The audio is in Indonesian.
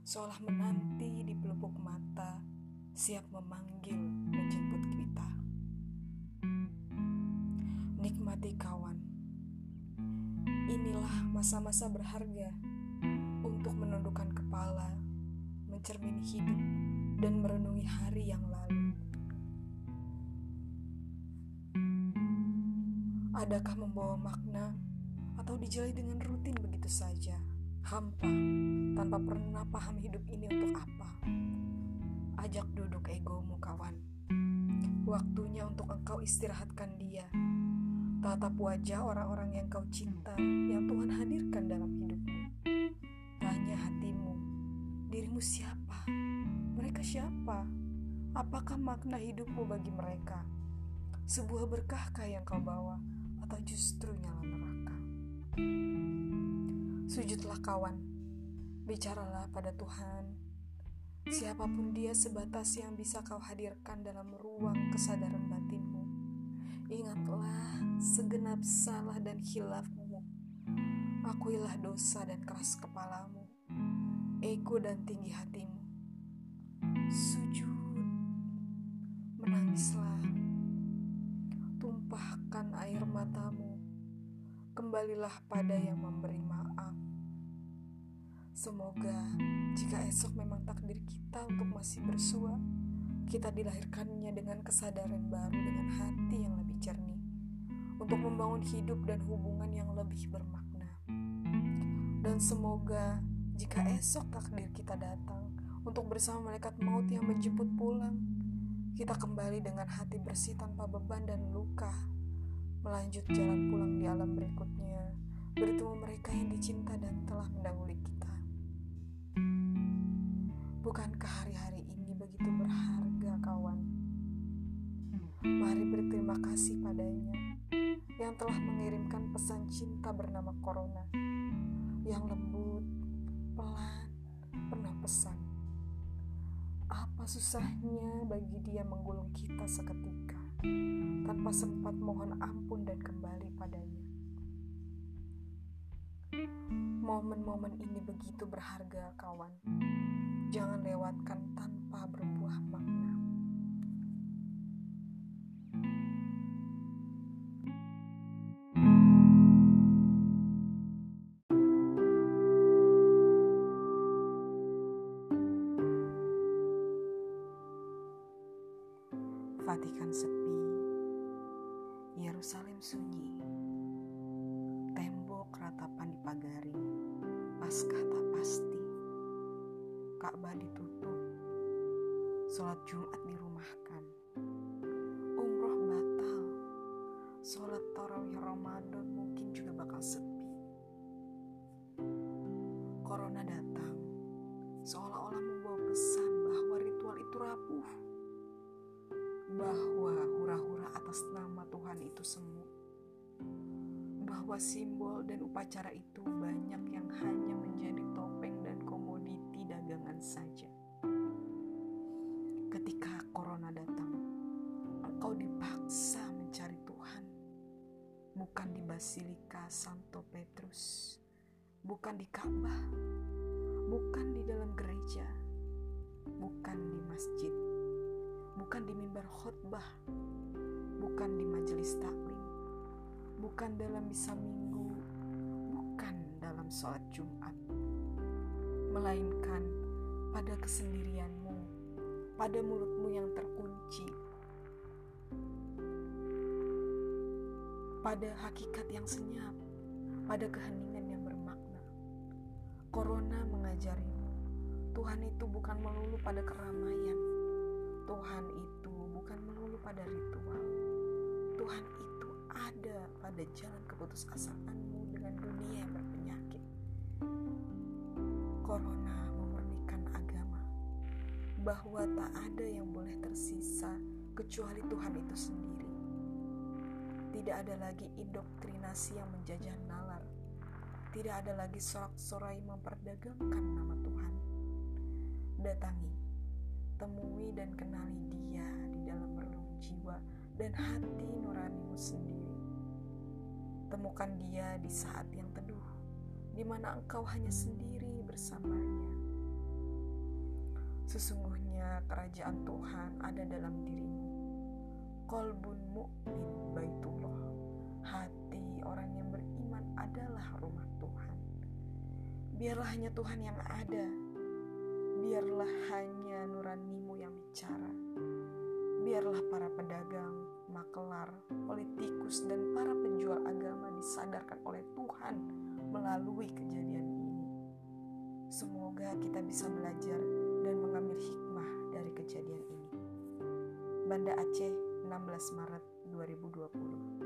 seolah menanti di pelupuk mata, siap memanggil menjemput kita. Nikmati kawan, inilah masa-masa berharga untuk menundukkan kepala, mencermini hidup, dan merenungi hari yang lalu. Adakah membawa makna atau dijalani dengan rutin begitu saja, hampa, tanpa pernah paham hidup ini untuk apa? Ajak duduk egomu, kawan. Waktunya untuk engkau istirahatkan dia. Tatap wajah orang-orang yang kau cinta, yang Tuhan hadirkan dalam hidupmu. Tanya hatimu, dirimu siapa? Mereka siapa? Apakah makna hidupmu bagi mereka? Sebuah berkahkah yang kau bawa, atau justru nyala neraka? Sujudlah kawan, bicaralah pada Tuhan. Siapapun dia sebatas yang bisa kau hadirkan dalam ruang kesadaran batinmu. Ingatlah segenap salah dan khilafmu. Akuilah dosa dan keras kepalamu, ego dan tinggi hatimu. Sujud, menangislah, tumpahkan air matamu. Kembalilah pada yang memberi maaf. Semoga jika esok memang takdir kita untuk masih bersua, kita dilahirkannya dengan kesadaran baru, dengan hati yang lebih jernih, untuk membangun hidup dan hubungan yang lebih bermakna. Dan semoga jika esok takdir kita datang untuk bersama malaikat maut yang menjemput pulang, kita kembali dengan hati bersih tanpa beban dan luka, melanjut jalan pulang di alam berikutnya, bertemu mereka yang dicinta dan telah mendahului kita. Bukankah hari-hari ini begitu berharga, kawan? Mari berterima kasih padanya yang telah mengirimkan pesan cinta bernama Corona, yang lembut, pelan, penuh pesan. Apa susahnya bagi dia menggulung kita seketika, tanpa sempat mohon ampun dan kembali padanya. Momen-momen ini begitu berharga, kawan. Jangan lewatkan tanpa berbuah makna. Vatikan sepi, Yerusalem sunyi, tembok ratapan dipagari, Paskah tak pasti, Ka'bah ditutup, sholat Jumat dirumahkan, umroh batal, sholat tarawih Ramadan mungkin juga bakal sepi. Corona datang, seolah-olah membawa pesan bahwa ritual itu rapuh, bahwa hura-hura atas nama Tuhan itu semu, bahwa simbol dan upacara itu banyak yang hanya menjadi topeng dan komoditi dagangan saja. Ketika Corona datang, engkau dipaksa mencari Tuhan, bukan di Basilika Santo Petrus, bukan di Ka'bah, bukan di dalam gereja, bukan di masjid, bukan di mimbar khotbah, bukan di majelis taklim, bukan dalam misa minggu, bukan dalam sholat Jumat, melainkan pada kesendirianmu, pada mulutmu yang terkunci, pada hakikat yang senyap, pada keheningan yang bermakna. Corona mengajarimu, Tuhan itu bukan melulu pada keramaian, Tuhan itu bukan melulu pada ritual, Tuhan itu ada pada jalan keputusasaanmu dengan dunia yang berpenyakit. Corona memurnikan agama, bahwa tak ada yang boleh tersisa kecuali Tuhan itu sendiri. Tidak ada lagi indoktrinasi yang menjajah nalar, tidak ada lagi sorak-sorai memperdagangkan nama Tuhan. Datangi, temui dan kenali Dia di dalam relung jiwa dan hati nuranimu sendiri. Temukan Dia di saat yang teduh, di mana engkau hanya sendiri bersamanya. Sesungguhnya kerajaan Tuhan ada dalam dirimu. Qalbun mu'min baitullah. Hati orang yang beriman adalah rumah Tuhan. Biarlah hanya Tuhan yang ada. Biarlah hanya nuranimu yang bicara. Biarlah para pedagang, makelar, politikus, dan para penjual agama disadarkan oleh Tuhan melalui kejadian ini. Semoga kita bisa belajar dan mengambil hikmah dari kejadian ini. Banda Aceh, 16 Maret 2020.